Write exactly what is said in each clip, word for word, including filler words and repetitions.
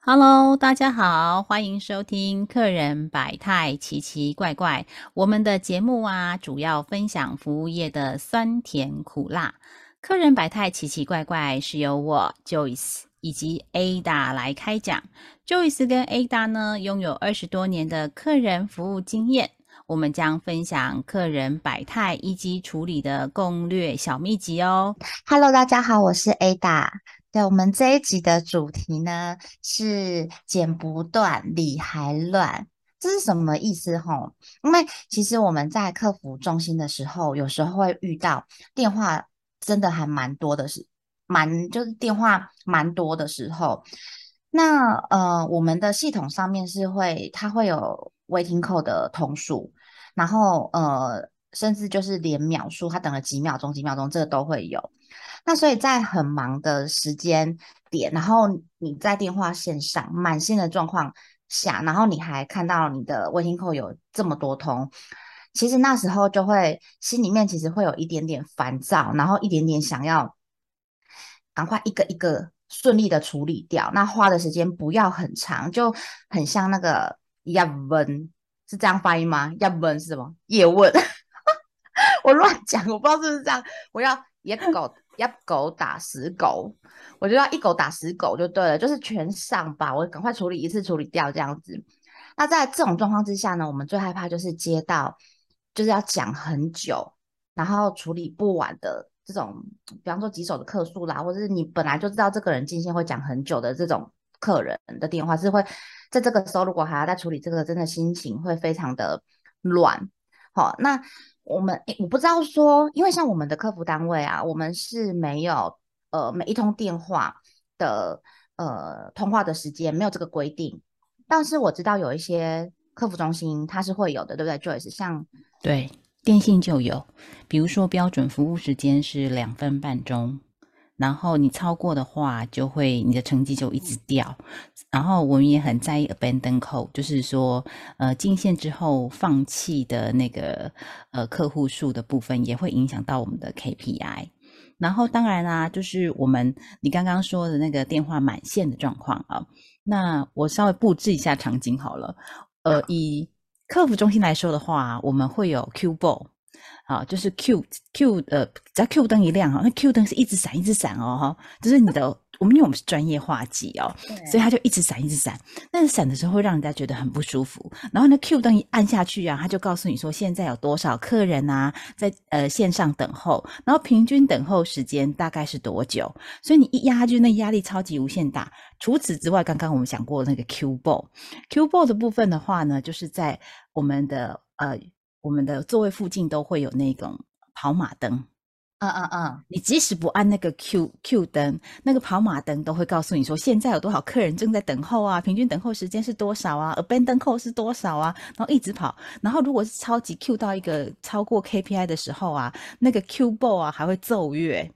Hello，大家好，欢迎收听客人百态奇奇怪怪。我们的节目啊，主要分享服务业的酸甜苦辣。客人百态奇奇怪怪是由我 Joyce 以及 Ada 来开讲。Joyce 跟 Ada 呢，拥有二十多年的客人服务经验。我们将分享客人百态以及处理的攻略小秘籍哦。 Hello，大家好，我是 Ada。对，我们这一集的主题呢是剪不断，理还乱。这是什么意思吼？因为其实我们在客服中心的时候，有时候会遇到电话真的还蛮多的是，蛮就是电话蛮多的时候，那呃，我们的系统上面是会，它会有 waiting call 的通数，然后呃，甚至就是连秒数，他等了几秒钟、几秒钟，这个都会有。那所以在很忙的时间点，然后你在电话线上满线的状况下，然后你还看到你的 waiting call 有这么多通，其实那时候就会心里面其实会有一点点烦躁，然后一点点想要赶快一个一个顺利的处理掉，那花的时间不要很长，就很像那个叶问，是这样发音吗？叶问是什么？叶问。我乱讲，我不知道是不是这样。我要一狗一狗打十狗，我就要一狗打十狗就对了，就是全上吧，我赶快处理一次处理掉这样子。那在这种状况之下呢，我们最害怕就是接到就是要讲很久，然后处理不完的这种，比方说棘手的客诉啦，或者是你本来就知道这个人进线会讲很久的这种客人的电话，是会在这个时候如果还要再处理这个，真的心情会非常的乱。好，那我们诶我不知道说，因为像我们的客服单位啊，我们是没有呃每一通电话的呃通话的时间没有这个规定，但是我知道有一些客服中心它是会有的，对不对？Joyce，像对，电信就有，比如说标准服务时间是两分半钟，然后你超过的话，就会你的成绩就一直掉。然后我们也很在意 abandon call，就是说，呃，进线之后放弃的那个呃客户数的部分，也会影响到我们的 K P I。然后当然啦，就是我们你刚刚说的那个电话满线的状况啊，那我稍微布置一下场景好了。呃，以客服中心来说的话，我们会有 Q ball，好，就是 Q Q 呃，只要 Q 灯一亮哈，那 Q 灯是一直闪一直闪哦哈，就是你的我们因为我们是专业化机哦，所以对， 它就一直闪一直闪，但是闪的时候会让人家觉得很不舒服。然后呢 Q 灯一按下去啊，它就告诉你说现在有多少客人啊在呃线上等候，然后平均等候时间大概是多久，所以你一压下去，那压力超级无限大。除此之外，刚刚我们讲过那个 Q ball，Q ball 的部分的话呢，就是在我们的呃我们的座位附近都会有那种跑马灯。 嗯嗯嗯， 你即使不按那个 Q Q 灯，那个跑马灯都会告诉你说现在有多少客人正在等候啊，平均等候时间是多少啊，abandon call 是多少啊，然后一直跑。然后如果是超级 Q 到一个超过 K P I 的时候啊，那个 Q ball 啊还会奏乐。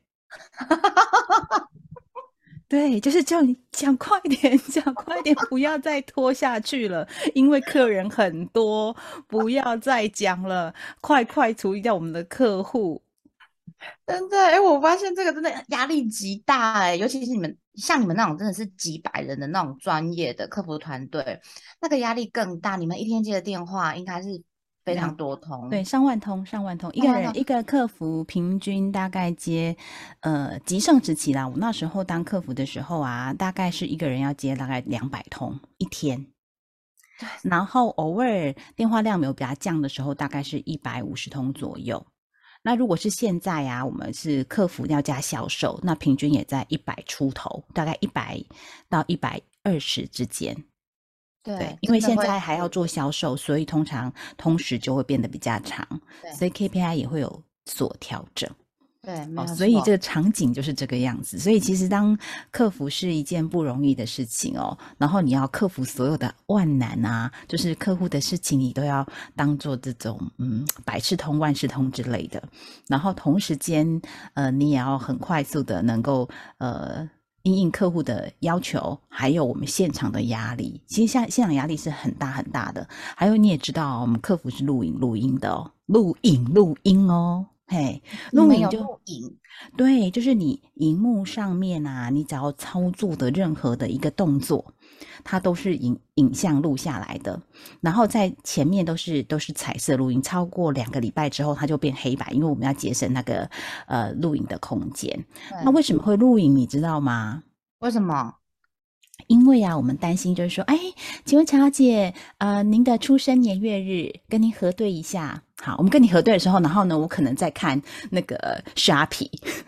对，就是叫你讲快点，讲快点，不要再拖下去了，因为客人很多，不要再讲了，快快处理掉我们的客户。 真的，哎，我发现这个真的压力极大哎，尤其是你们像你们那种真的是几百人的那种专业的客服团队，那个压力更大。你们一天接的电话应该是非两常多通， 对，上万通，上万通，一个上万通。 人一个客服平均大概接，呃，极盛时期啦。我那时候当客服的时候啊，大概是一个人要接大概两百通一天，然后偶尔电话量没有比较降的时候，大概是一百五十通左右。那如果是现在啊，我们是客服要加销售，那平均也在一百出头，大概一百到一百二十之间。对， 对， 因为现真的会在还要做销售，所以通常通时就会变得比较长， 对所以 K P I 也会有所调整。 对，没哦， 有错。 所以这个场景就是这个样子。所以其实当客服是一件不容易的事情哦，然后你要克服所有的万难啊，就是客户的事情你都要当做这种嗯百事通万事通之类的，然后同时间呃你也要很快速的能够呃。因应客户的要求，还有我们现场的压力，其实现现场压力是很大很大的。还有你也知道，我们客服是录影录音的哦，录影录音哦。 嘿， 你们有录影就录影对，就是你荧幕上面啊，你只要操作的任何的一个动作，它都是影影像录下来的，然后在前面都是都是彩色录音，超过两个礼拜之后，它就变黑白，因为我们要节省那个呃录影的空间。那为对， 什么会录影，你知道吗？ 为什么？ 因为啊，我们担心就是说，哎，请问乔小姐，呃，您的出生年月日跟您核对一下。好，我们跟你核对的时候，然后呢，我可能在看那个 Sharpie，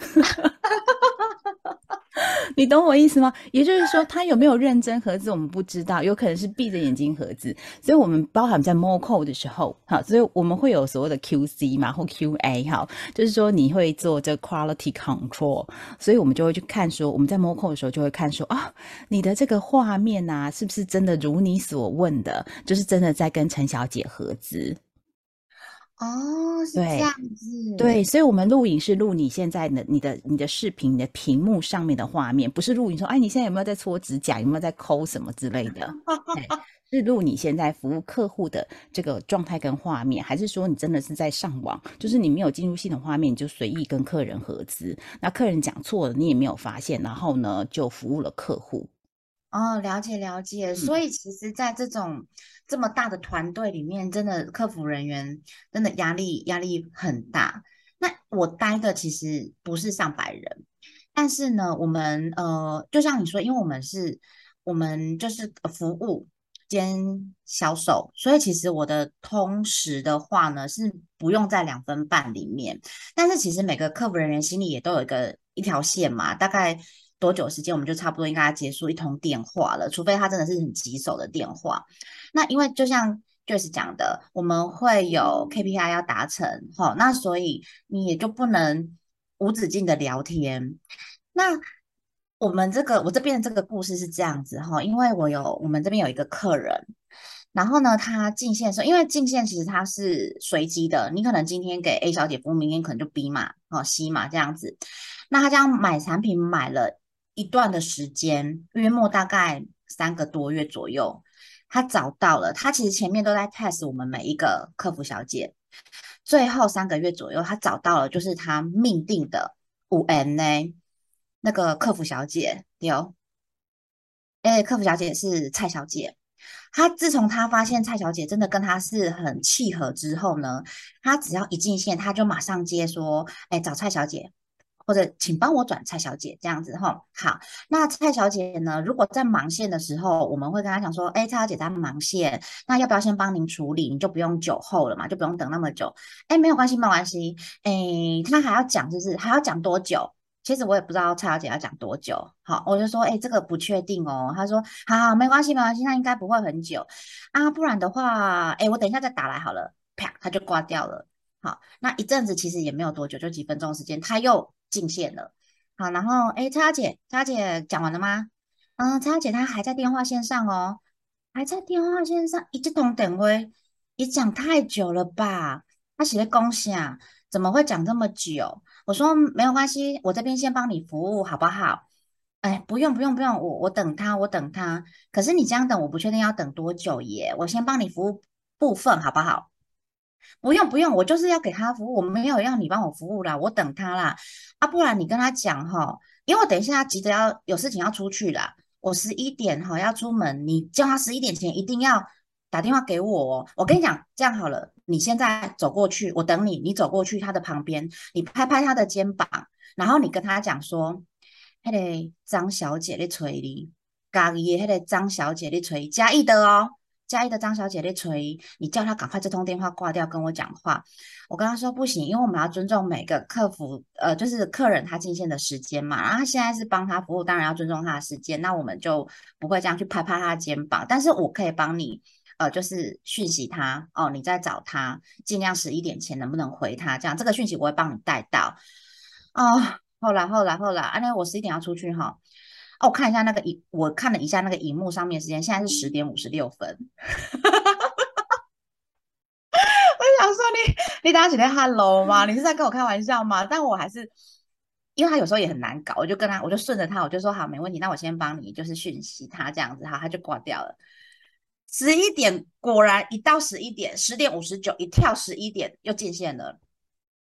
你懂我意思吗？也就是说，他有没有认真核字，我们不知道，有可能是闭着眼睛核字。所以我们包含在 M O C O 的时候，好，所以我们会有所谓的 Q C 嘛，或 Q A，好，就是说你会做这 quality control，所以我们就会去看说，我们在 M O C O 的时候就会看说，啊，你的这个画面啊，是不是真的如你所问的，就是真的在跟陈小姐合资？ 哦，是这对， 样对， 子。 所以我们录影是录你现在的、你的、你的视频、你的屏幕上面的画面，不是录影说，哎，你现在有没有在搓指甲，有没有在抠什么之类的？对，是录你现在服务客户的这个状态跟画面，还是说你真的是在上网，就是你没有进入系统画面，你就随意跟客人合资，那客人讲错了，你也没有发现，然后呢就服务了客户。 哦，了解了解。所嗯， 以其实，在这种这么大的团队里面，真的客服人员真的压力压力很大。那我待的其实不是上百人，但是呢，我们呃，就像你说，因为我们是，我们就是呃服务兼销售，所以其实我的通时的话呢，是不用在两分半里面。但是其实每个客服人员心里也都有一个一条线嘛，大概多久时间我们就差不多应该要结束一通电话了，除非他真的是很棘手的电话。那因为就像 Joyce 讲的，我们会有 K P I 要达成，哈，那所以你也就不能无止境的聊天。那我们这个我这边的这个故事是这样子哈，因为我有我们这边有一个客人，然后呢，他进线的时候，因为进线其实它是随机的，你可能今天给 A 小姐服务，明天可能就 B 嘛，哦 C 嘛这样子。那他这样买产品买了一段的时间，约莫大概三个多月左右，他找到了，他其实前面都在 test 我们每一个客服小姐，最后三个月左右，他找到了就是他命定的五 N 呢，那个客服小姐有。哎，客服小姐是蔡小姐。她自从她发现蔡小姐真的跟她是很契合之后呢，她只要一进线，她就马上接说：“哎，找蔡小姐，或者请帮我转蔡小姐这样子哈。”好，那蔡小姐呢，如果在忙线的时候，我们会跟她讲说：“哎，蔡小姐在忙线，那要不要先帮您处理？你就不用久候了嘛，就不用等那么久。”哎，没有关系，没有关系。哎，她还要讲，就是还要讲多久？其实我也不知道蔡小姐要讲多久，好，我就说，哎，这个不确定哦。她说，好好，没关系，没关系，那应该不会很久啊，不然的话，哎，我等一下再打来好了，啪，她就挂掉了。好，那一阵子其实也没有多久，就几分钟的时间，她又进线了。好，然后，哎，蔡小姐，蔡小姐讲完了吗？嗯，蔡小姐她还在电话线上哦，还在电话线上，一直通等位，也讲太久了吧？她写的恭喜啊，怎么会讲这么久？我说没有关系，我这边先帮你服务好不好？哎，不用不用不用，我我等他，我等他。可是你这样等，我不确定要等多久耶。我先帮你服务部分好不好？不用不用，我就是要给他服务，我没有要你帮我服务啦，我等他啦。啊，不然你跟他讲哈，因为我等一下急着要有事情要出去啦，我十一点哈要出门，你叫他十一点前一定要打电话给我哦。我跟你讲，这样好了，你现在走过去，我等你，你走过去他的旁边，你拍拍他的肩膀，然后你跟他讲说，那个张小姐在催你，家己的那个张小姐在催，嘉义的哦。嘉义的张小姐在催，你叫她赶快这通电话挂掉，跟我讲话。我跟她说不行，因为我们要尊重每个客服，呃，就是客人他进线的时间嘛。然后他现在是帮他服务，当然要尊重他的时间。那我们就不会这样去拍拍他的肩膀，但是我可以帮你，呃，就是讯息他哦，你再找他，尽量十一点前能不能回他？这样这个讯息我会帮你带到。哦，后来后来后来，啊，那我十一点要出去哈。哦，我看一下那个荧，我看了一下那个荧幕上面的时间，现在是十点五十六分。我想说你，你打起来 hello 吗？你是在跟我开玩笑吗？但我还是，因为他有时候也很难搞，我就跟他，我就顺着他，我就说好，没问题，那我先帮你就是讯息他这样子，好，他就挂掉了。十一点果然一到十一点，十点五十九一跳十一点又进线了。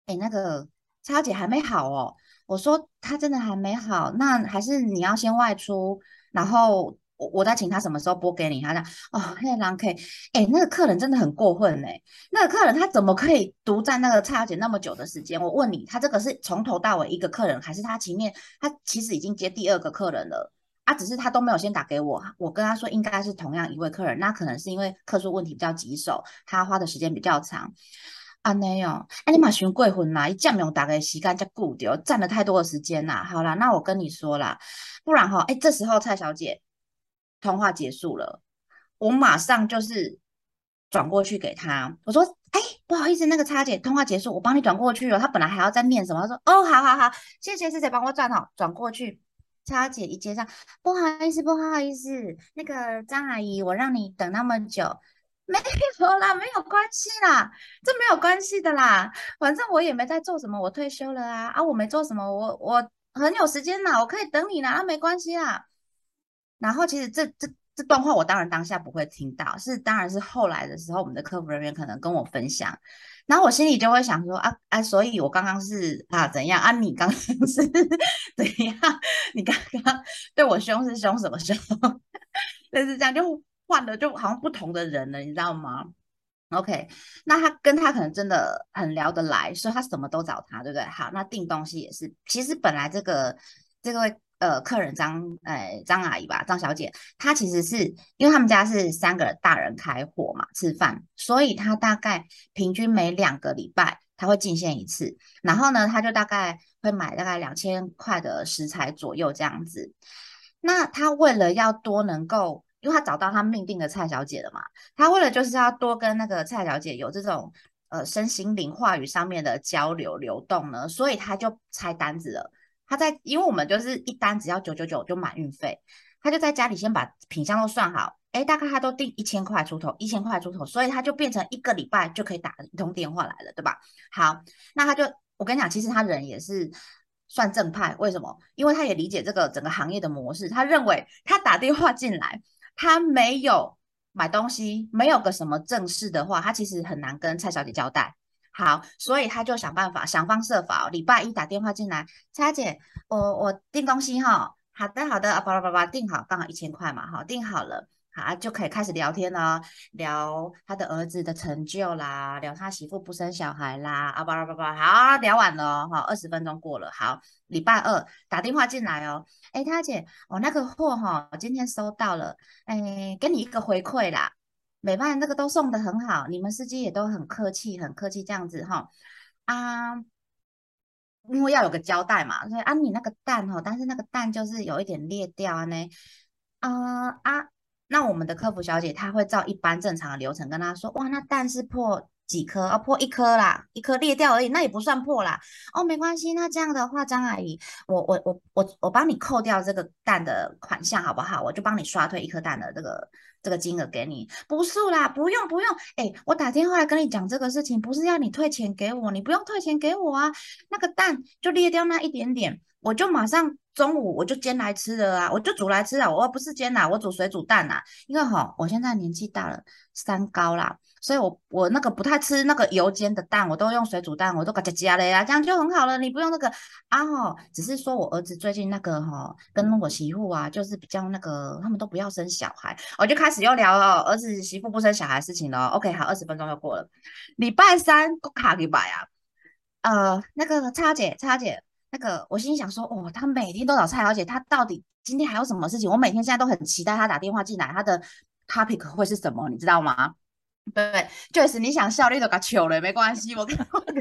哎，那个叉叉姐还没好哦。我说她真的还没好，那还是你要先外出，然后我我再请她什么时候拨给你。她讲哦，那狼可以，哎，那个客人真的很过分哎，那个客人他怎么可以独占那个叉叉姐那么久的时间？我问你，他这个是从头到尾一个客人，还是他前面他其实已经接第二个客人了？啊，只是他都没有先打给我，我跟他说应该是同样一位客人，那可能是因为客诉问题比较棘手，他花的时间比较长。安尼哦，哎，你嘛伤过分啦！伊占用大家时间才顾掉，占了太多的时间啦。好啦，那我跟你说啦，不然哈，哎，这时候蔡小姐通话结束了，我马上就是转过去给她，我说，哎，不好意思，那个叉姐通话结束，我帮你转过去了。她本来还要再念什么，她说，哦，好好好，谢谢谢谢，帮我转好，转过去。叉姐一接上，不好意思不好意思，那个张阿姨，我让你等那么久。没有啦，没有关系啦，这没有关系的啦。反正我也没在做什么，我退休了啊啊，我没做什么，我我很有时间啦，我可以等你啦，啊，没关系啦。然后其实这这这段话我当然当下不会听到，是当然是后来的时候，我们的客服人员可能跟我分享，然后我心里就会想说啊啊，所以我刚刚是啊怎样啊，你刚刚是怎样？你刚刚对我凶是凶什么凶？类似这样就换了，就好像不同的人了，你知道吗？OK，那他跟他可能真的很聊得来，所以他什么都找他，对不对？好，那订东西也是，其实本来这个这个呃客人张呃张阿姨吧，张小姐，她其实是因为他们家是三个大人开火嘛，吃饭，所以她大概平均每两个礼拜她会进线一次，然后呢，她就大概会买大概两千块的食材左右这样子。那她为了要多能够，因为她找到她命定的蔡小姐了嘛。他为了就是要多跟那个蔡小姐有这种呃身心灵话语上面的交流流动呢，所以他就拆单子了。他在因为我们就是一单只要九九九就满运费，他就在家里先把品相都算好，哎，大概他都定一千块出头，一千块出头，所以他就变成一个礼拜就可以打一通电话来了，对吧？好，那他就我跟你讲，其实他人也是。算正派，为什么？因为他也理解这个整个行业的模式，他认为他打电话进来，他没有买东西，没有个什么正事的话，他其实很难跟蔡小姐交代。好，所以他就想办法，想方设法，礼拜一打电话进来，蔡姐，我我订东西哈，好的好的，啊巴拉巴拉订好，刚好一千块嘛，好订好了。好，就可以开始聊天了，聊他的儿子的成就啦，聊他媳妇不生小孩啦，啊巴拉巴拉，好，聊完了，好，二十分钟过了，好，礼拜二打电话进来哦，哎，他姐，我那个货哈，今天收到了，哎，给你一个回馈啦，美办那个都送的很好，你们司机也都很客气，很客气这样子哈，啊，因为要有个交代嘛，所以啊，你那个蛋哈，但是那个蛋就是有一点裂掉啊呢，啊啊，那我们的客服小姐她会照一般正常的流程跟他说，哇，那蛋是破几颗？啊，破一颗啦，一颗裂掉而已，那也不算破啦。哦，没关系，那这样的话，张阿姨，我我我我我帮你扣掉这个蛋的款项好不好？我就帮你刷退一颗蛋的这个这个金额给你。不是啦，不用不用，哎，我打电话来跟你讲这个事情，不是要你退钱给我，你不用退钱给我啊。那个蛋就裂掉那一点点，我就马上中午我就煎来吃了啊，我就煮来吃啊，我不是煎啦，我煮水煮蛋啦。因为哈，我现在年纪大了，三高啦，所以我我那个不太吃那个油煎的蛋，我都用水煮蛋，我都给它加了呀，这样就很好了。你不用那个啊哈，只是说我儿子最近那个哈，跟我媳妇啊，就是比较那个，他们都不要生小孩，我就开始又聊了儿子媳妇不生小孩的事情了。OK，好，二十分钟又过了，礼拜三卡给拜啊。呃，那个蔡小姐，蔡小姐，那个我心里想说，哦，她每天都找蔡小姐，她到底今天还有什么事情？我每天现在都很期待她打电话进来，她的 topic 会是什么，你知道吗？对，就是你想笑，你就给糗了，没关系，我看到你，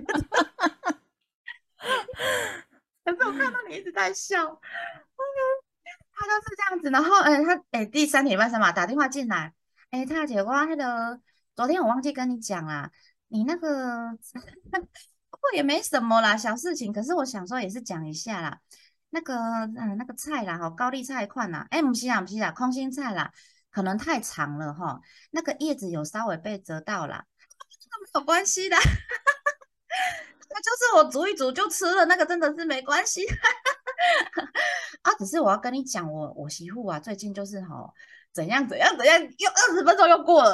可是我看到你一直在笑，他就是这样子，然后，哎，他，哎，第三点半三嘛，打电话进来，哎，蔡小姐，我那个昨天我忘记跟你讲啦，你那个不过也没什么啦，小事情。可是我想说也是讲一下啦，那个嗯那个菜啦，哈，高丽菜块啦，哎，不是啊，不是啊，空心菜啦，可能太长了哈，那个叶子有稍微被折到啦，这个没有关系的，那就是我煮一煮就吃了，那个真的是没关系啊。只是我要跟你讲，我我媳妇啊，最近就是哈怎样怎样怎样，又二十分钟又过了。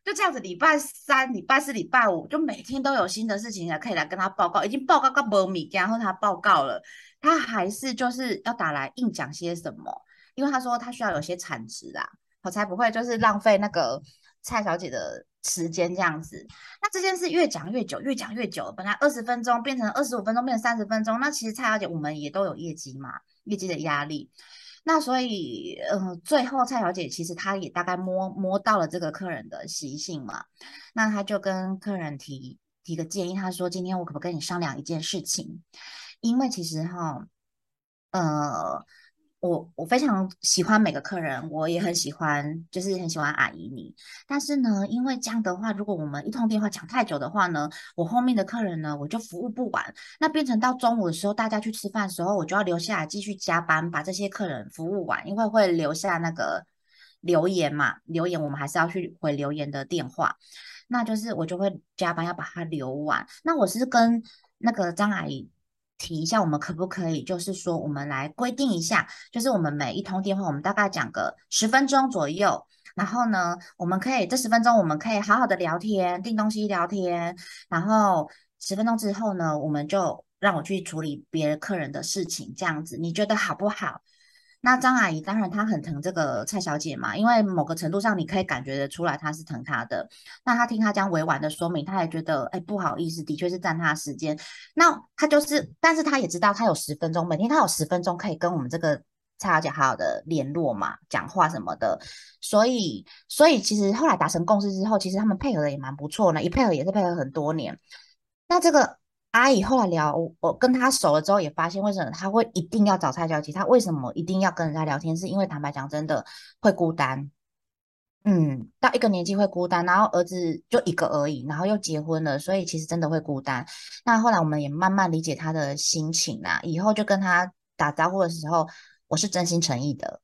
就这样子，礼拜三、礼拜四、礼拜五，就每天都有新的事情可以来跟他报告，已经报告到没米，然后他报告了，他还是就是要打来硬讲些什么，因为他说他需要有些产值啊，我才不会就是浪费那个蔡小姐的时间这样子。那这件事越讲越久，越讲越久，本来二十分钟变成二十五分钟，变成三十分钟，那其实蔡小姐我们也都有业绩嘛，业绩的压力。那所以，呃，最后蔡小姐其实她也大概摸摸到了这个客人的习性嘛，那她就跟客人提提个建议，她说：“今天我可不可以跟你商量一件事情？因为其实哈，呃，我我非常喜欢每个客人，我也很喜欢，就是很喜欢阿姨你。但是呢，因为这样的话，如果我们一通电话讲太久的话呢，我后面的客人呢，我就服务不完。那变成到中午的时候，大家去吃饭的时候，我就要留下来继续加班，把这些客人服务完，因为会留下那个留言嘛，留言我们还是要去回留言的电话。那就是我就会加班要把它留完。那我是跟那个张阿姨提一下，我们可不可以就是说，我们来规定一下，就是我们每一通电话，我们大概讲个十分钟左右。然后呢，我们可以这十分钟，我们可以好好的聊天，订东西聊天。然后十分钟之后呢，我们就让我去处理别人客人的事情，这样子，你觉得好不好？那张阿姨当然她很疼这个蔡小姐嘛，因为某个程度上你可以感觉得出来她是疼她的。那她听她这样委婉的说明，她也觉得哎不好意思，的确是占她的时间。那她就是，但是她也知道她有十分钟，每天她有十分钟可以跟我们这个蔡小姐好好的联络嘛，讲话什么的。所以，所以其实后来达成共识之后，其实他们配合的也蛮不错的，一配合也是配合很多年。那这个阿姨后来聊，我我跟她熟了之后，也发现为什么她会一定要找蔡小姐，她为什么一定要跟人家聊天，是因为坦白讲，真的会孤单。嗯，到一个年纪会孤单，然后儿子就一个而已，然后又结婚了，所以其实真的会孤单。那后来我们也慢慢理解她的心情啦，以后就跟她打招呼的时候，我是真心诚意的。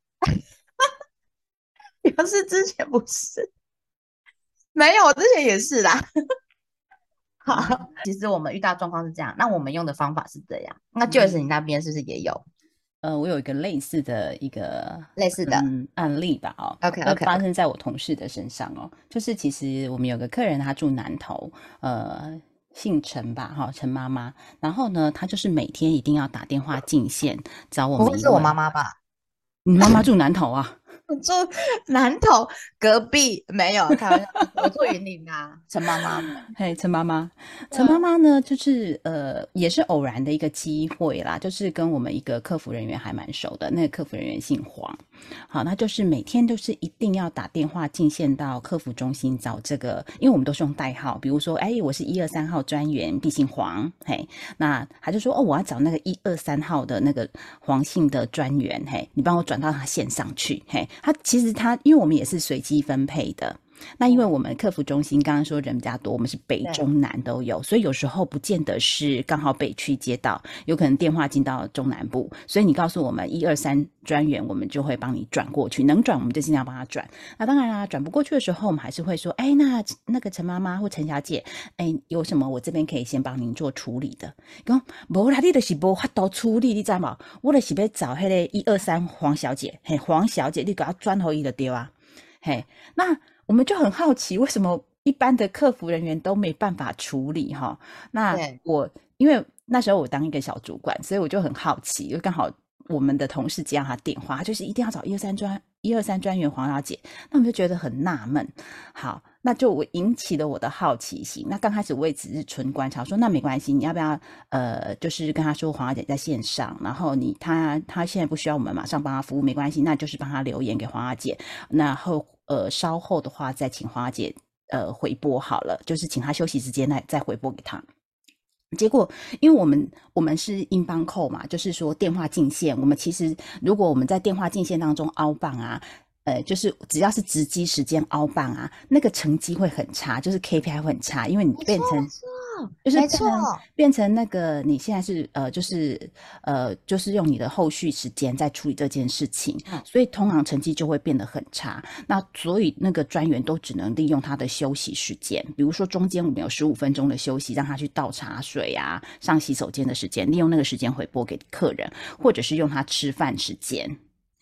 要是之前不是，没有，我之前也是啦。好，其实我们遇到状况是这样，那我们用的方法是这样。那就是你那边是不是也有呃，我有一个类似的一个类似的嗯案例吧，哦， ？OK 那 OK 发 OK， 生在我同事的身上哦，就是其实我们有个客人，他住南投，呃，姓陈吧，哈、陈妈妈，然后呢，她就是每天一定要打电话进线找我不会是我们一位， 妈妈吧？ 你妈妈住南投啊？ 我住南投隔壁，没有开玩笑，我住云林啊，陈妈妈们。 嘿，陈妈妈，陈妈嗯妈呢，就是呃，也是偶然的一个机会啦，就是跟我们一个客服人员还蛮熟的，那个客服人员姓黄，好，那就是每天都是一定要打电话进线到客服中心找这个，因为我们都是用代号，比如说，哎，我是一二三号专员，毕姓黄，嘿，那他就说，哦，我要找那个一二三号的那个黄姓的专员，嘿，你帮我转到他线上去，嘿，他其实他，因为我们也是随机分配的。那因为我们客服中心刚刚说人比较多，我们是北中南都有，所以有时候不见得是刚好北区接到，有可能电话进到中南部，所以你告诉我们一二三专员，我们就会帮你转过去，能转我们就尽量帮他转。那当然啦，转不过去的时候，我们还是会说，哎，那那个陈妈妈或陈小姐，哎，有什么我这边可以先帮您做处理的？讲无啦，你就是无法度处理，你知道吗？我就是要找迄个一二三黄小姐，嘿，黄小姐，你给她转回伊就对啊，嘿，那。我们就很好奇，为什么一般的客服人员都没办法处理哈？那我因为那时候我当一个小主管，所以我就很好奇，因为刚好我们的同事接到他电话，他就是一定要找一二三专一二三专员黄小姐，那我们就觉得很纳闷。好，那就我引起了我的好奇心。那刚开始我也只是纯观察，说那没关系，你要不要呃，就是跟他说黄小姐在线上，然后你他他现在不需要我们马上帮他服务，没关系，那就是帮他留言给黄小姐，然后。呃，稍后的话再请花姐呃回拨好了，就是请她休息时间再再回拨给她。结果，因为我们我们是英邦扣嘛，就是说电话进线，我们其实如果我们在电话进线当中凹棒啊，呃，就是只要是直击时间凹棒啊，那个成绩会很差，就是 K P I 会很差，因为你变成就是变成变成那个你现在是呃就是呃就是用你的后续时间在处理这件事情，嗯、所以通常成绩就会变得很差。那所以那个专员都只能利用他的休息时间，比如说中间我们有十五分钟的休息，让他去倒茶水啊、上洗手间的时间，利用那个时间回拨给客人，或者是用他吃饭时间。嘿，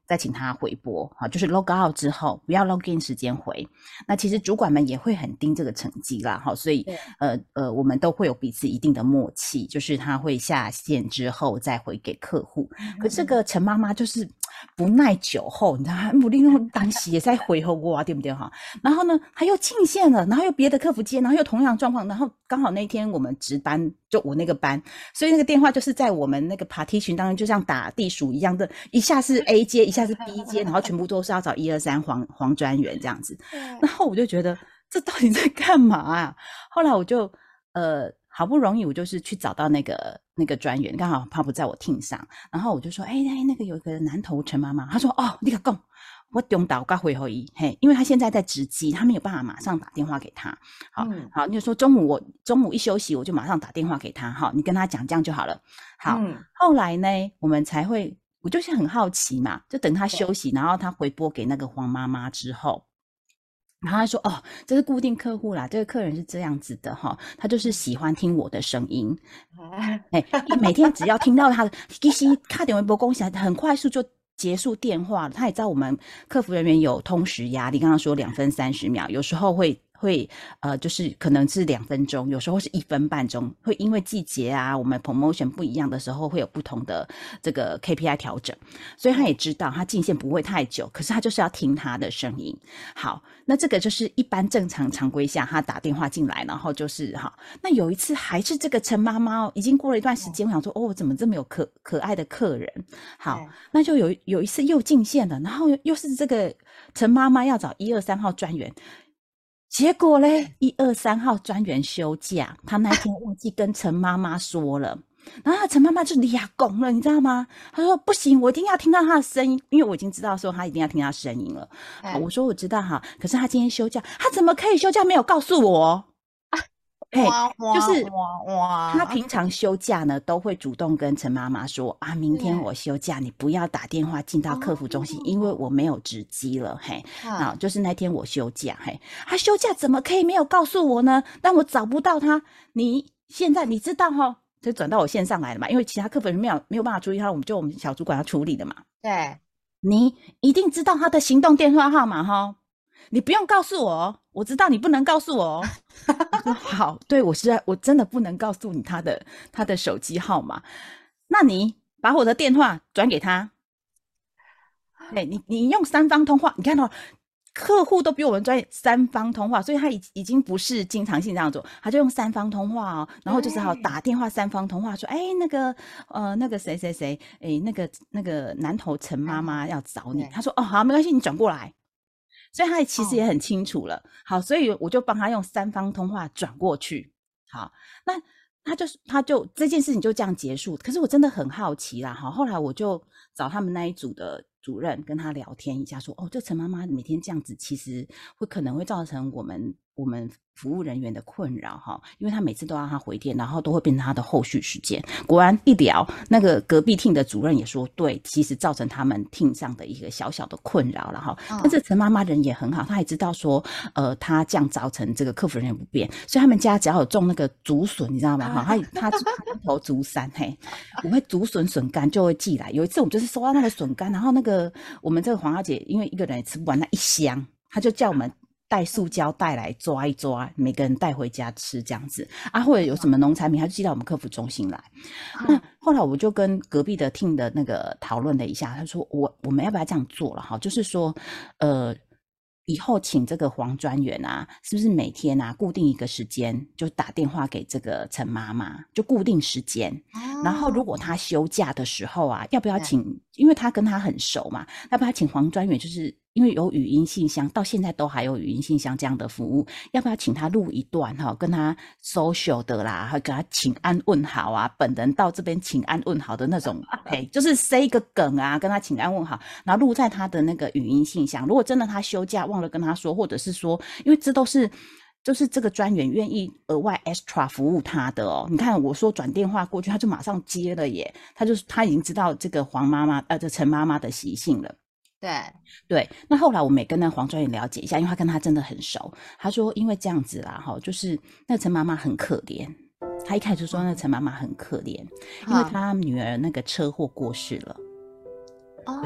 再请他回拨，好，就是 log out 之后不要 log in 时间回。那其实主管们也会很盯这个成绩啦，好，所以呃呃，我们都会有彼此一定的默契，就是他会下线之后再回给客户。可这个陈妈妈就是不耐久候，你知道吗？不利用当时也在回后我啊，对不对哈？然后呢，他又进线了，然后又别的客服接，然后又同样状况，然后刚好那天我们值班，就我那个班，所以那个电话就是在我们那个 party 群当中，就像打地鼠一样的，一下是 A 接，一下是 B 接，然后全部都是要找一二三黄黄专员这样子。然后我就觉得这到底在干嘛啊？后来我就呃好不容易我就是去找到那个那个专员，刚好他不在我 team 上，然后我就说，哎、欸、那个有一个南投陈妈妈，他说哦，你可讲。我中岛该回回嘿，因为他现在在值机，他没有办法马上打电话给他。好，嗯、好，你就说中午我中午一休息，我就马上打电话给他。好，你跟他讲这样就好了。好，嗯、后来呢，我们才会，我就是很好奇嘛，就等他休息，然后他回拨给那个黄妈妈之后，然后他说：“哦，这是固定客户啦，这个客人是这样子的哈，他就是喜欢听我的声音，哎，每天只要听到他的，其实卡点微波恭喜，很快速就。”结束电话了，他也知道我们客服人员有通时压力，刚刚说两分三十秒，有时候会会呃，就是可能是两分钟，有时候是一分半钟，会因为季节啊，我们 promotion 不一样的时候，会有不同的这个 K P I 调整，所以他也知道他进线不会太久，可是他就是要听他的声音。好，那这个就是一般正常常规下，他打电话进来，然后就是好。那有一次还是这个陈妈妈哦，已经过了一段时间，我想说哦，怎么这么有可可爱的客人？好，那就有有一次又进线了，然后又是这个陈妈妈要找一二三号专员。结果嘞，一二三号专员休假，他那一天忘记跟陈妈妈说了，然后陈妈妈就俩拱了，你知道吗？他说不行，我一定要听到他的声音，因为我已经知道说他一定要听他声音了。好，我说我知道哈，可是他今天休假，他怎么可以休假没有告诉我？嘿，就是他平常休假呢，都会主动跟陈妈妈说啊，明天我休假，你不要打电话进到客服中心，哦、因为我没有值机了。嘿，啊，就是那天我休假，嘿，他休假怎么可以没有告诉我呢？但我找不到他，你现在你知道哈、哦，就转到我线上来了嘛，因为其他客服人没有没有办法处理他，我们就我们小主管要处理的嘛。 对， 你一定知道他的行动电话号码哈。你不用告诉我，我知道你不能告诉我。我说好，对，我是我真的不能告诉你他的他的手机号码。那你把我的电话转给他。对，你你用三方通话，你看到、哦、客户都比我们专业，三方通话，所以他已已经不是经常性这样做，他就用三方通话哦，然后就只好打电话三方通话说，哎，那个呃那个谁谁谁，哎那个那个南投陈妈妈要找你，他说哦好，没关系，你转过来。所以他其实也很清楚了，哦、好，所以我就帮他用三方通话转过去。好，那他就他就这件事情就这样结束。可是我真的很好奇啦，哈，后来我就找他们那一组的主任跟他聊天一下，说，哦，这陈妈妈每天这样子，其实会可能会造成我们我们服务人员的困扰哈，因为他每次都让他回电，然后都会变成他的后续时间。果然一聊，那个隔壁 team 的主任也说，对，其实造成他们 team 上的一个小小的困扰了哈。但这陈妈妈人也很好，她也知道说，呃，她这样造成这个客服人员不便，所以他们家只要有种那个竹笋，你知道吗？哈，他他头竹山嘿，我会竹笋笋干就会寄来。有一次我们就是收到那个笋干，然后那个我们这个黄小姐因为一个人也吃不完那一箱，她就叫我们带塑胶袋来抓一抓，每个人带回家吃这样子啊，或者有什么农产品，他就寄到我们客服中心来。那后来我就跟隔壁的 team 的那个讨论了一下，他说我我们要不要这样做了哈？就是说，呃。以后请这个黄专员啊，是不是每天啊固定一个时间就打电话给这个陈妈妈，就固定时间。哦、然后如果他休假的时候啊，要不要请？因为他跟他很熟嘛，要不要请黄专员？就是因为有语音信箱，到现在都还有语音信箱这样的服务，要不要请他录一段哈，跟他 social 的啦，还跟他请安问好啊，本人到这边请安问好的那种，嘿，就是塞一个梗啊，跟他请安问好，然后录在他的那个语音信箱。如果真的他休假忘了跟他说，或者是说，因为这都是。就是这个专员愿意额外 extra 服务他的哦，你看我说转电话过去，他就马上接了耶，他就是他已经知道这个黄妈妈呃这陈妈妈的习性了。 对对，那后来我们也跟那黄专员了解一下，因为他跟他真的很熟，他说因为这样子啦哈，就是那陈妈妈很可怜，他一开始就说那陈妈妈很可怜，因为他女儿那个车祸过世了，哦、对。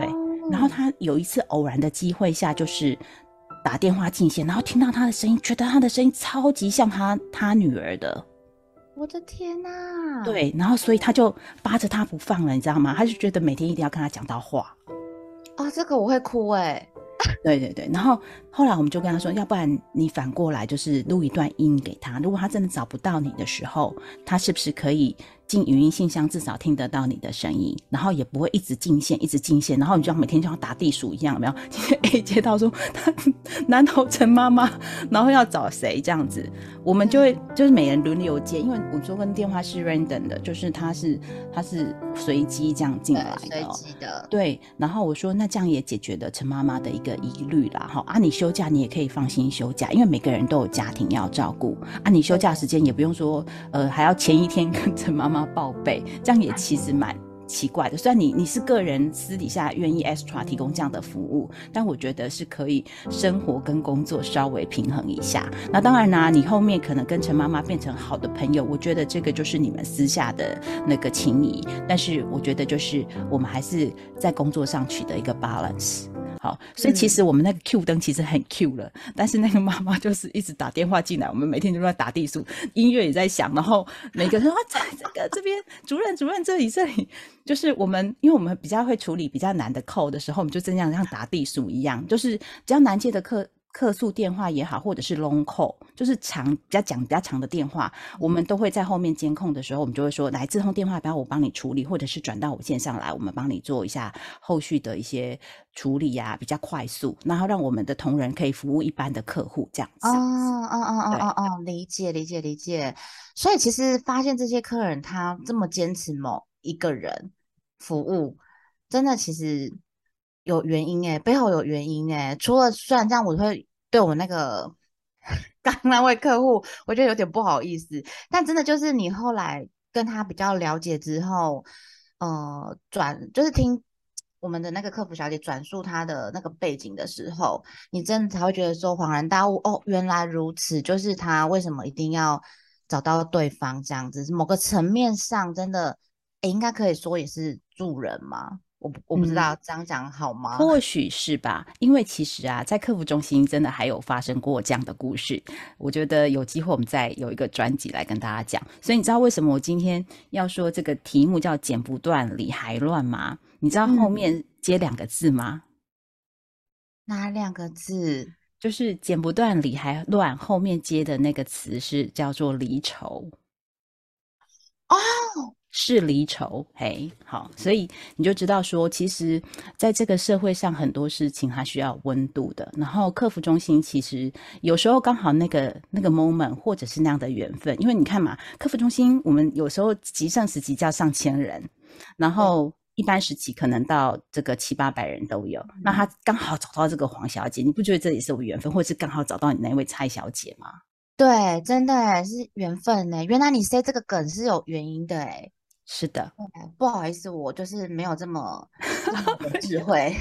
然后他有一次偶然的机会下，就是打电话进线，然后听到他的声音，觉得他的声音超级像他他女儿的。 我的天哪！ 对，然后所以他就扒着他不放了，你知道吗？他就觉得每天一定要跟他讲到话。 哦，这个我会哭哎。 对对对，然后后来我们就跟他说，要不然你反过来就是录一段音给他，如果他真的找不到你的时候，他是不是可以进语音信箱，至少听得到你的声音，然后也不会一直进线一直进线，然后你就每天就像打地鼠一样，有没有？今天 A 接到说他南投陈妈妈，然后要找谁这样子，我们就会就是每人轮流接，因为我说跟电话是 random 的，就是它是它是随机这样进来的、 随机的。 对，然后我说那这样也解决了陈妈妈的一个疑虑啦，哈啊，你休假你也可以放心休假，因为每个人都有家庭要照顾啊，你休假时间也不用说呃还要前一天跟陈妈妈报备，这样也其实蛮奇怪的。虽然你你是个人私底下愿意 extra 提供这样的服务，但我觉得是可以生活跟工作稍微平衡一下。那当然啦，你后面可能跟陈妈妈变成好的朋友，我觉得这个就是你们私下的那个情谊，但是我觉得就是我们还是在工作上取得一个 balance。好，所以其实我们那个 Q 灯其实很 Q 了、嗯、但是那个妈妈就是一直打电话进来，我们每天就在打地鼠，音乐也在响，然后每个人说啊，在这个这边主任主任这里这里，就是我们因为我们比较会处理比较难的扣的时候，我们就这样像打地鼠一样，就是比较难接的课客诉电话也好，或者是 long call， 就是长比较讲比较长的电话，我们都会在后面监控的时候，我们就会说来这通电话不要我帮你处理，或者是转到我线上来，我们帮你做一下后续的一些处理啊，比较快速，然后让我们的同仁可以服务一般的客户这样子。 哦哦哦哦哦，理解理解理解。所以其实发现这些客人他这么坚持某一个人服务，真的其实有原因诶，背后有原因诶。除了虽然这样，我会对我那个刚那位客户，我觉得有点不好意思，但真的就是你后来跟他比较了解之后，呃，转就是听我们的那个客服小姐转述她的那个背景的时候，你真的才会觉得说恍然大悟，哦，原来如此，就是他为什么一定要找到对方这样子，某个层面上真的，诶，应该可以说也是助人嘛。我我不知道、嗯、这样讲好吗？ 或许是吧，因为其实啊，在客服中心真的还有发生过这样的故事。我觉得有机会我们再有一个专辑来跟大家讲。所以你知道为什么我今天要说这个题目叫剪不断理还乱吗？你知道后面接两个字吗？ 嗯、哪两个字？ 就是剪不断理还乱，后面接的那个词是叫做离愁。 哦， 是离愁，嘿，好，所以你就知道说，其实在这个社会上很多事情它需要温度的。然后客服中心其实有时候刚好那个那个 moment 或者是那样的缘分，因为你看嘛，客服中心我们有时候极盛时期叫上千人，然后一般时期可能到这个七八百人都有。那他刚好找到这个黄小姐，你不觉得这也是有缘分，或者是刚好找到你那位蔡小姐吗？ 对，真的是缘分呢。原来你 say 这个梗是有原因的哎。 是的， 不好意思，我就是没有这么这么有智慧。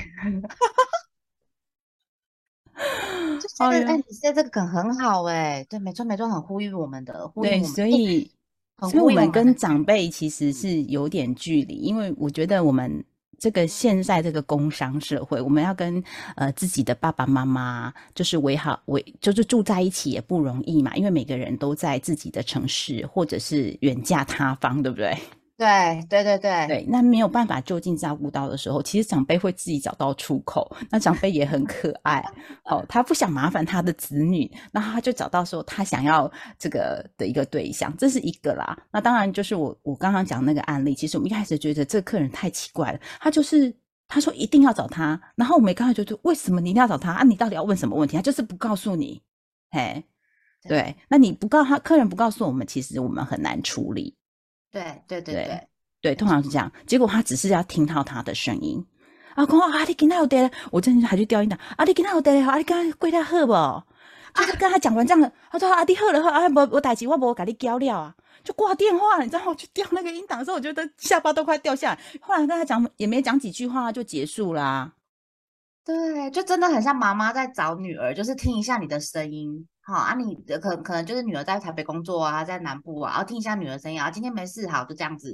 就觉得哎、欸，你 say 这个梗很好哎，对，没错没错，很呼吁我们的，呼应对， 我们， 所以所以我们跟长辈其实是有点距离，因为我觉得我们这个现在这个工商社会，我们要跟呃自己的爸爸妈妈就是维好维就是住在一起也不容易嘛，因为每个人都在自己的城市或者是远嫁他方，对不对？ 对对对对对，那没有办法就近照顾到的时候，其实长辈会自己找到出口。那长辈也很可爱，哦，他不想麻烦他的子女，那他就找到说他想要这个的一个对象，这是一个啦。那当然就是我我刚刚讲那个案例，其实我们一开始觉得这个客人太奇怪了，他就是他说一定要找他，然后我们刚才觉得为什么你一定要找他啊？你到底要问什么问题？他就是不告诉你，嘿，对，那你不告他，客人不告诉我们，其实我们很难处理。 对对对对。 对，通常是这样。结果他只是要听到他的声音啊，讲啊，你今天有得，我真的还去调音的啊，你今天有得啊，你刚刚过得好不？就是跟他讲完这样的，他说啊，你好了好啊，我我代志我无给你交了啊，就挂电话了。你知道，我去调那个音档的时候，我觉得下巴都快掉下来。后来跟他讲，也没讲几句话就结束啦、啊。 对，就真的很像妈妈在找女儿，就是听一下你的声音。好啊你，你可可能就是女儿在台北工作啊，在南部啊，然后听一下女儿声音啊，今天没事，好，就这样子。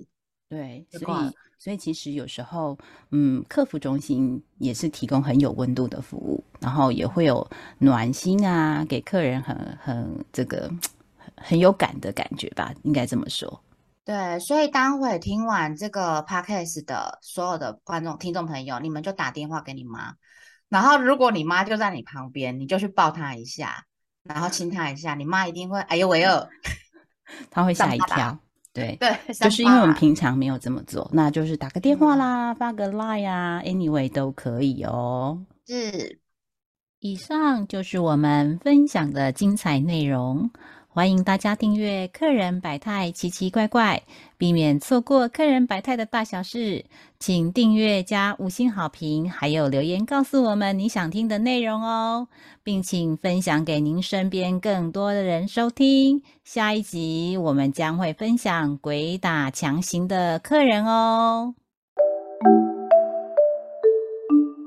对， 就挂了。 所以所以其实有时候，嗯，客服中心也是提供很有温度的服务，然后也会有暖心啊，给客人很很这个很很有感的感觉吧，应该这么说。 对，所以当会听完这个 podcast 的所有的观众、听众朋友，你们就打电话给你妈，然后如果你妈就在你旁边，你就去抱她一下，然后亲她一下，你妈一定会哎呦喂哦， 他会三八啦， 吓一跳。对， 对， 就是因为我们三八啦， 平常没有这么做，那就是打个电话嗯， 啦，发个 line 啊，anyway 都可以哦。 是， 以上就是我们分享的精彩内容，欢迎大家订阅《客人百态奇奇怪怪》，避免错过客人百态的大小事。请订阅加五星好评，还有留言告诉我们你想听的内容哦，并请分享给您身边更多的人收听。下一集我们将会分享鬼打墙型的客人哦。